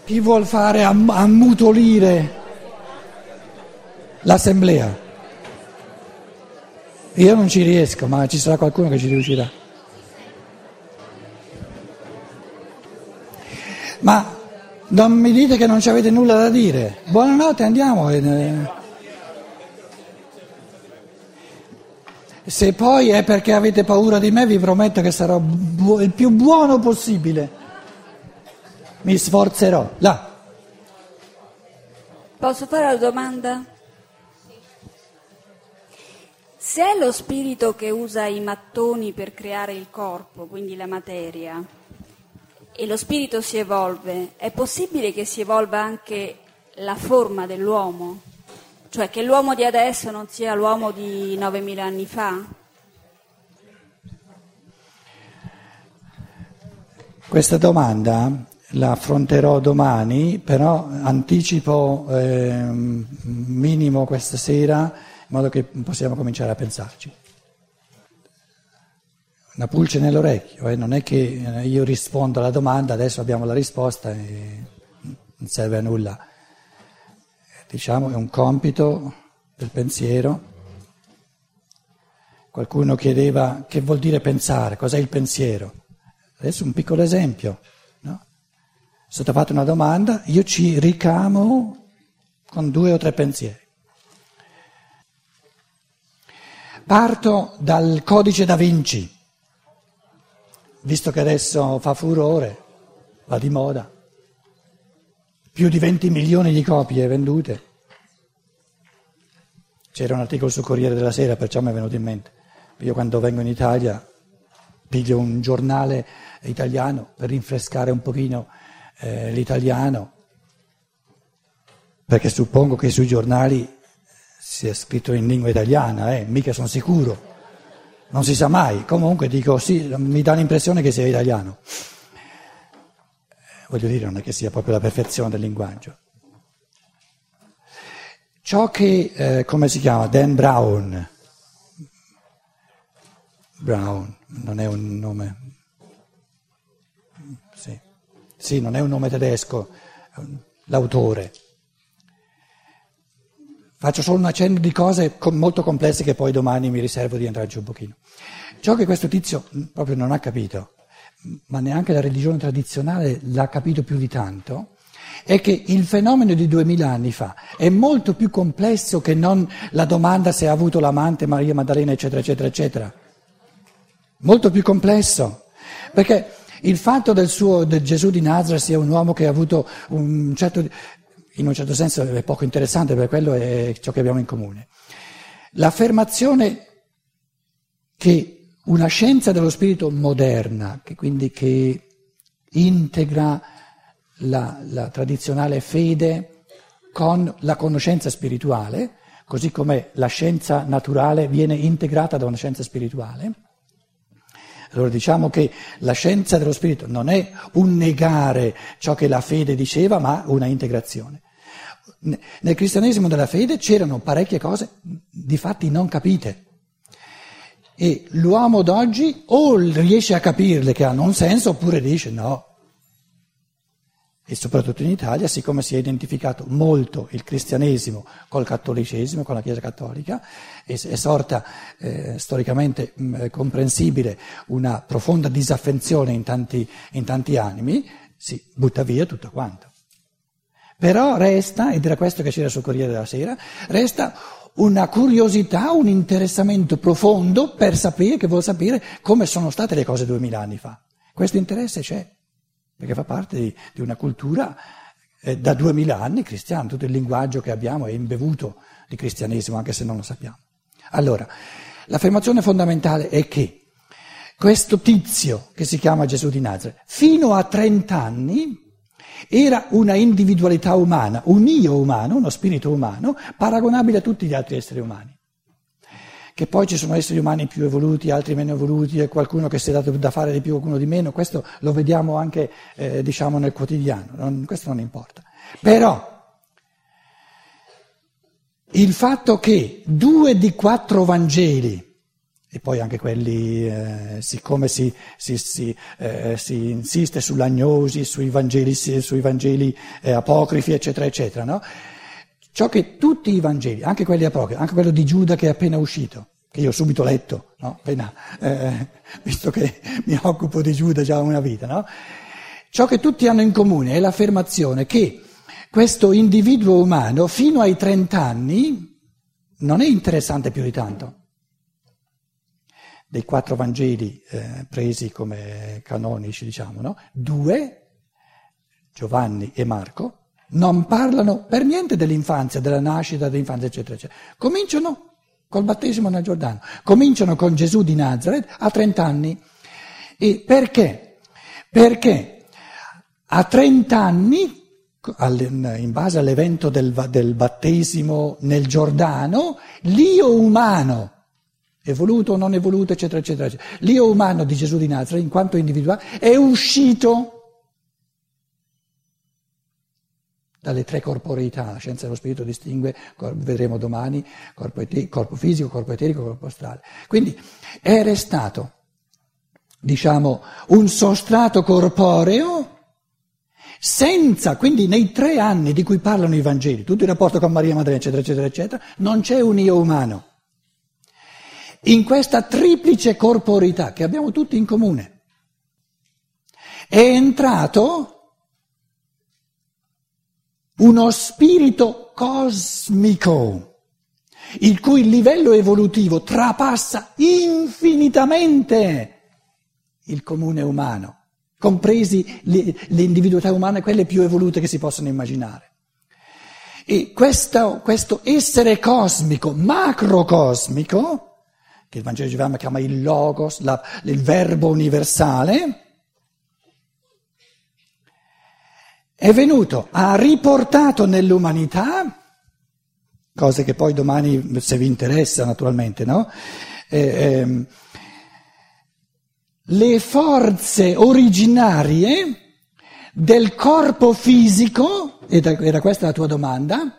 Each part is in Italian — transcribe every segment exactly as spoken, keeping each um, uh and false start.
Chi vuol fare am- ammutolire l'assemblea? Io non ci riesco, ma ci sarà qualcuno che ci riuscirà. Ma non mi dite che non ci avete nulla da dire. Buonanotte, andiamo. Se poi è perché avete paura di me, vi prometto che sarò bu- il più buono possibile. Mi sforzerò. Là. Posso fare la domanda? Se è lo spirito che usa i mattoni per creare il corpo, quindi la materia, e lo spirito si evolve, è possibile che si evolva anche la forma dell'uomo? Cioè che l'uomo di adesso non sia l'uomo di novemila anni fa? Questa domanda la affronterò domani, però anticipo eh, minimo questa sera, in modo che possiamo cominciare a pensarci. Una pulce nell'orecchio, eh? Non è che io rispondo alla domanda, adesso abbiamo la risposta e non serve a nulla. Diciamo è un compito del pensiero. Qualcuno chiedeva che vuol dire pensare, cos'è il pensiero? Adesso un piccolo esempio, no? È stata fatta una domanda, io ci ricamo con due o tre pensieri. Parto dal codice da Vinci, visto che adesso fa furore, va di moda, più di venti milioni di copie vendute. C'era un articolo sul Corriere della Sera, perciò mi è venuto in mente. Io quando vengo in Italia piglio un giornale italiano per rinfrescare un pochino eh, l'italiano, perché suppongo che sui giornali sia scritto in lingua italiana, eh, mica sono sicuro, non si sa mai, comunque dico sì, mi dà l'impressione che sia italiano. Voglio dire, non è che sia proprio la perfezione del linguaggio. Ciò che, eh, come si chiama, Dan Brown, Brown, non è un nome, sì, sì, non è un nome tedesco, l'autore. Faccio solo un accenno di cose molto complesse che poi domani mi riservo di entrarci un pochino. Ciò che questo tizio proprio non ha capito, ma neanche la religione tradizionale l'ha capito più di tanto, è che il fenomeno di duemila anni fa è molto più complesso che non la domanda se ha avuto l'amante Maria Maddalena, eccetera, eccetera, eccetera. Molto più complesso, perché il fatto del suo del Gesù di Nazareth sia un uomo che ha avuto un certo, in un certo senso è poco interessante, perché quello è ciò che abbiamo in comune. L'affermazione che una scienza dello spirito moderna, che quindi che integra la, la tradizionale fede con la conoscenza spirituale, così come la scienza naturale viene integrata da una scienza spirituale. Allora diciamo che la scienza dello spirito non è un negare ciò che la fede diceva, ma una integrazione. Nel cristianesimo della fede c'erano parecchie cose di fatti non capite e l'uomo d'oggi o riesce a capirle che hanno un senso oppure dice no. E soprattutto in Italia, siccome si è identificato molto il cristianesimo col cattolicesimo, con la Chiesa cattolica, è, è sorta eh, storicamente mh, comprensibile una profonda disaffezione in tanti, in tanti animi, si butta via tutto quanto. Però resta, ed era questo che c'era sul Corriere della Sera, resta una curiosità, un interessamento profondo per sapere, che vuol sapere come sono state le cose duemila anni fa. Questo interesse c'è. Perché fa parte di, di una cultura eh, da duemila anni cristiana, tutto il linguaggio che abbiamo è imbevuto di cristianesimo, anche se non lo sappiamo. Allora, l'affermazione fondamentale è che questo tizio, che si chiama Gesù di Nazareth, fino a trent'anni era una individualità umana, un io umano, uno spirito umano, paragonabile a tutti gli altri esseri umani. Che poi ci sono esseri umani più evoluti, altri meno evoluti, e qualcuno che si è dato da fare di più, qualcuno di meno, questo lo vediamo anche eh, diciamo nel quotidiano, non, questo non importa. Però il fatto che due di quattro Vangeli, E poi anche quelli, eh, siccome si, si, si, eh, si insiste sull'agnosi, sui Vangeli, sui Vangeli eh, apocrifi, eccetera, eccetera, no? Ciò che tutti i Vangeli, anche quelli apocrifi, anche quello di Giuda che è appena uscito, che io ho subito letto, no? Appena, eh, visto che mi occupo di Giuda già una vita, no? Ciò che tutti hanno in comune è l'affermazione che questo individuo umano fino ai trent'anni non è interessante più di tanto. Dei quattro Vangeli eh, presi come canonici, diciamo, no? Due, Giovanni e Marco, non parlano per niente dell'infanzia, della nascita, dell'infanzia, eccetera, eccetera. Cominciano col battesimo nel Giordano, cominciano con Gesù di Nazareth a trent'anni. E perché? Perché a trent'anni, in base all'evento del, del battesimo nel Giordano, l'io umano, evoluto o non evoluto, eccetera, eccetera, eccetera, l'io umano di Gesù di Nazareth, in quanto individuale, è uscito dalle tre corporeità. La scienza dello spirito distingue, vedremo domani, corpo, ete- corpo fisico, corpo eterico, corpo astrale. Quindi è restato, diciamo, un sostrato corporeo senza, quindi nei tre anni di cui parlano i Vangeli, tutto il rapporto con Maria Maddalena, eccetera, eccetera, eccetera, non c'è un io umano. In questa triplice corporeità che abbiamo tutti in comune è entrato uno spirito cosmico, il cui livello evolutivo trapassa infinitamente il comune umano, compresi le, le individualità umane, quelle più evolute che si possono immaginare. E questo, questo essere cosmico, macrocosmico, che il Vangelo di Giovanni chiama il Logos, la, il verbo universale, è venuto, ha riportato nell'umanità, cose che poi domani, se vi interessa naturalmente, no? Eh, ehm, le forze originarie del corpo fisico, ed era questa la tua domanda,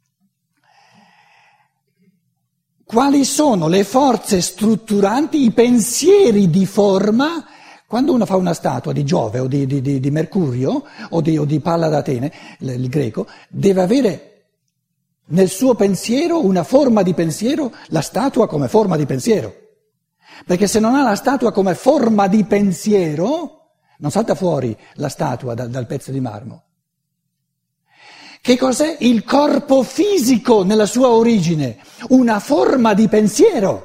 quali sono le forze strutturanti, i pensieri di forma. Quando uno fa una statua di Giove o di, di, di, di Mercurio o di, o di Palla d'Atene, il, il greco, deve avere nel suo pensiero una forma di pensiero, la statua come forma di pensiero. Perché se non ha la statua come forma di pensiero, non salta fuori la statua dal, dal pezzo di marmo. Che cos'è il corpo fisico nella sua origine? Una forma di pensiero.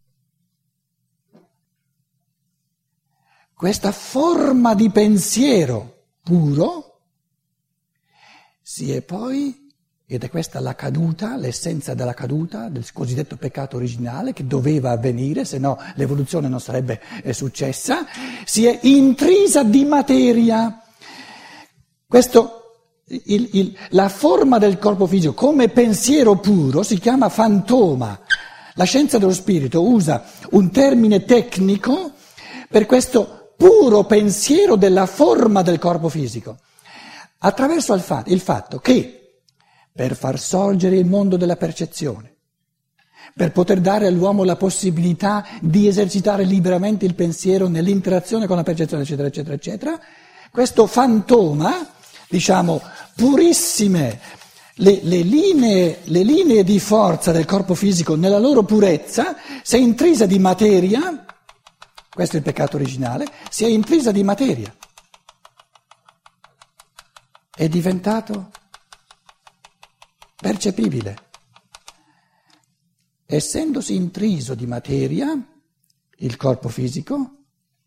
Questa forma di pensiero puro si è poi, ed è questa la caduta, l'essenza della caduta, del cosiddetto peccato originale che doveva avvenire, se no l'evoluzione non sarebbe successa, si è intrisa di materia. Questo, il, il, la forma del corpo fisico come pensiero puro si chiama fantoma. La scienza dello spirito usa un termine tecnico per questo puro pensiero della forma del corpo fisico, attraverso il fatto, il fatto che per far sorgere il mondo della percezione, per poter dare all'uomo la possibilità di esercitare liberamente il pensiero nell'interazione con la percezione, eccetera, eccetera, eccetera, questo fantoma, diciamo, purissime, le, le, linee, le linee di forza del corpo fisico nella loro purezza, si è intrisa di materia. Questo è il peccato originale, si è intrisa di materia, è diventato percepibile. Essendosi intriso di materia, il corpo fisico,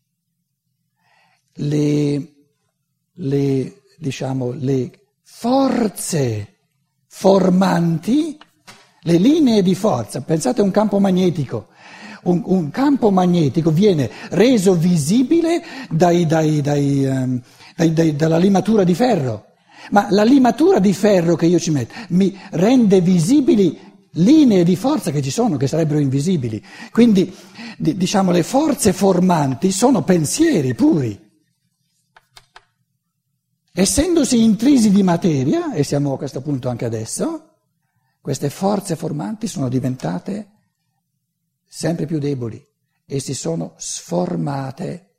le, le, diciamo, le forze formanti, le linee di forza, pensate a un campo magnetico. Un, un campo magnetico viene reso visibile dai, dai, dai, um, dai, dai, dalla limatura di ferro, ma la limatura di ferro che io ci metto mi rende visibili linee di forza che ci sono, che sarebbero invisibili. Quindi di, diciamo le forze formanti sono pensieri puri. Essendosi intrisi di materia, e siamo a questo punto anche adesso, queste forze formanti sono diventate sempre più deboli e si sono sformate.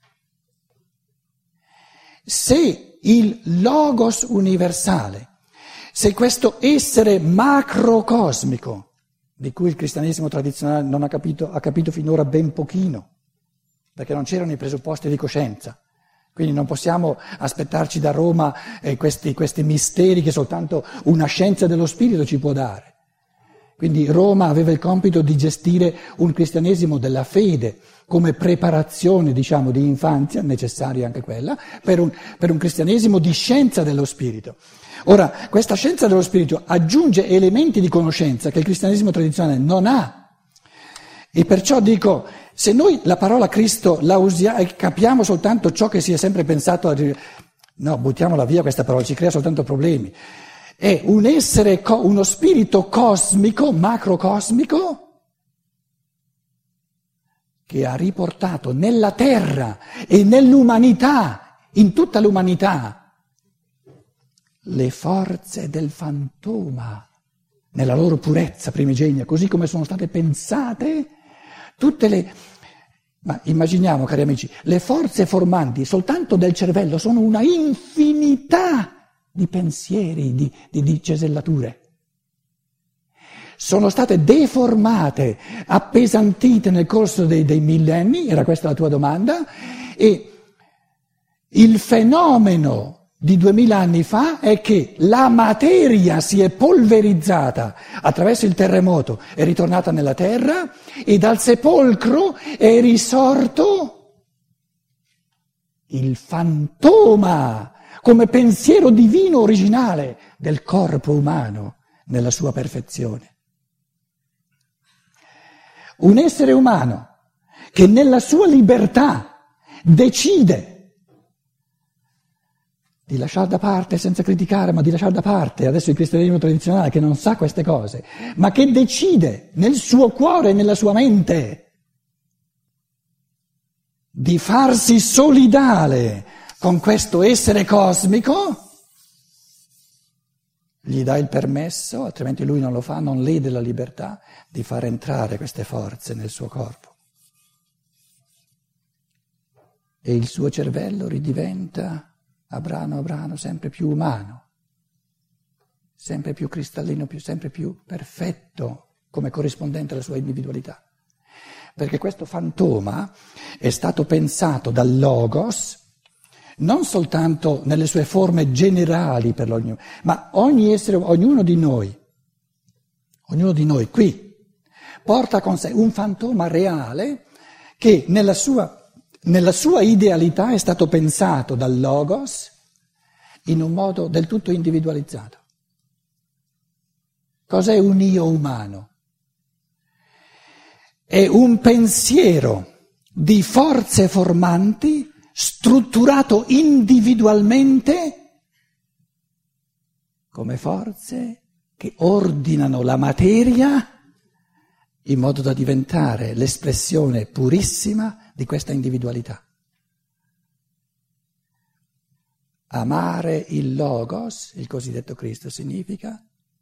Se il logos universale, se questo essere macrocosmico, di cui il cristianesimo tradizionale non ha capito, ha capito finora ben pochino, perché non c'erano i presupposti di coscienza, quindi non possiamo aspettarci da Roma eh, questi, questi misteri che soltanto una scienza dello spirito ci può dare. Quindi Roma aveva il compito di gestire un cristianesimo della fede come preparazione, diciamo, di infanzia, necessaria anche quella, per un, per un cristianesimo di scienza dello spirito. Ora, questa scienza dello spirito aggiunge elementi di conoscenza che il cristianesimo tradizionale non ha. E perciò dico, se noi la parola Cristo la usiamo e capiamo soltanto ciò che si è sempre pensato, a... no, buttiamola via questa parola, ci crea soltanto problemi. È un essere, uno spirito cosmico, macrocosmico, che ha riportato nella terra e nell'umanità, in tutta l'umanità, le forze del fantoma, nella loro purezza primigenia, così come sono state pensate tutte le... Ma immaginiamo, cari amici, le forze formanti soltanto del cervello sono una infinità di pensieri, di, di, di cesellature. Sono state deformate, appesantite nel corso dei, dei millenni, era questa la tua domanda, e il fenomeno di duemila anni fa è che la materia si è polverizzata attraverso il terremoto, è ritornata nella terra e dal sepolcro è risorto il fantoma come pensiero divino originale del corpo umano nella sua perfezione. Un essere umano che nella sua libertà decide di lasciare da parte, senza criticare, ma di lasciare da parte adesso il cristianesimo tradizionale che non sa queste cose, ma che decide nel suo cuore e nella sua mente di farsi solidale con questo essere cosmico, gli dà il permesso, altrimenti lui non lo fa, non lede la libertà di far entrare queste forze nel suo corpo. E il suo cervello ridiventa a brano a brano sempre più umano, sempre più cristallino, più, sempre più perfetto come corrispondente alla sua individualità. Perché questo fantoma è stato pensato dal Logos non soltanto nelle sue forme generali per l'ognuno, ma ogni essere, ognuno di noi, ognuno di noi qui porta con sé un fantoma reale che nella sua Nella sua idealità è stato pensato dal Logos in un modo del tutto individualizzato. Cos'è un io umano? È un pensiero di forze formanti strutturato individualmente come forze che ordinano la materia in modo da diventare l'espressione purissima di questa individualità. Amare il Logos, il cosiddetto Cristo, significa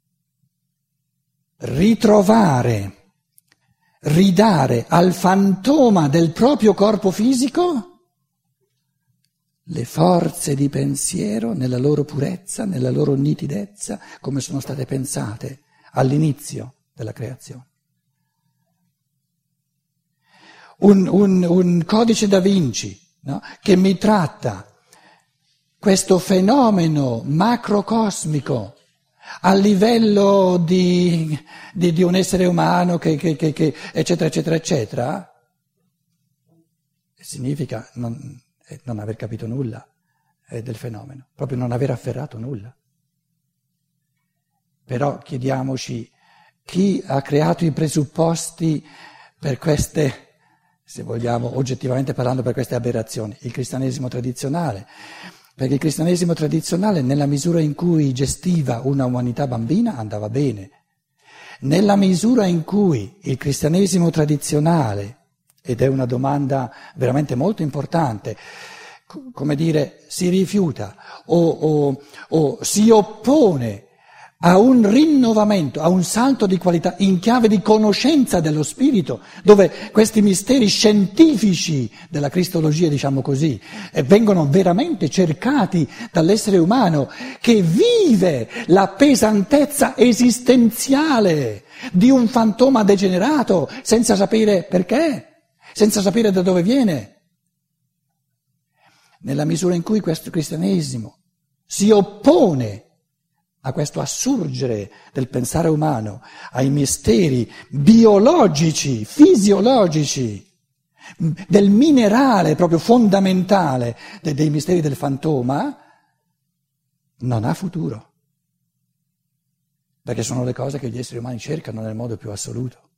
ritrovare, ridare al fantoma del proprio corpo fisico le forze di pensiero nella loro purezza, nella loro nitidezza, come sono state pensate all'inizio della creazione. Un, un, un codice da Vinci, no? Che mi tratta questo fenomeno macrocosmico a livello di, di, di un essere umano che, che, che, che eccetera eccetera eccetera, significa non, non aver capito nulla eh, del fenomeno, proprio non aver afferrato nulla. Però chiediamoci chi ha creato i presupposti per queste, se vogliamo oggettivamente parlando, per queste aberrazioni, il cristianesimo tradizionale, perché il cristianesimo tradizionale nella misura in cui gestiva una umanità bambina andava bene, nella misura in cui il cristianesimo tradizionale, ed è una domanda veramente molto importante, come dire, si rifiuta o, o, o si oppone a un rinnovamento, a un salto di qualità in chiave di conoscenza dello spirito, dove questi misteri scientifici della cristologia, diciamo così, eh, vengono veramente cercati dall'essere umano che vive la pesantezza esistenziale di un fantoma degenerato senza sapere perché, senza sapere da dove viene. Nella misura in cui questo cristianesimo si oppone a questo assurgere del pensare umano, ai misteri biologici, fisiologici, del minerale proprio fondamentale dei misteri del fantoma, non ha futuro, perché sono le cose che gli esseri umani cercano nel modo più assoluto.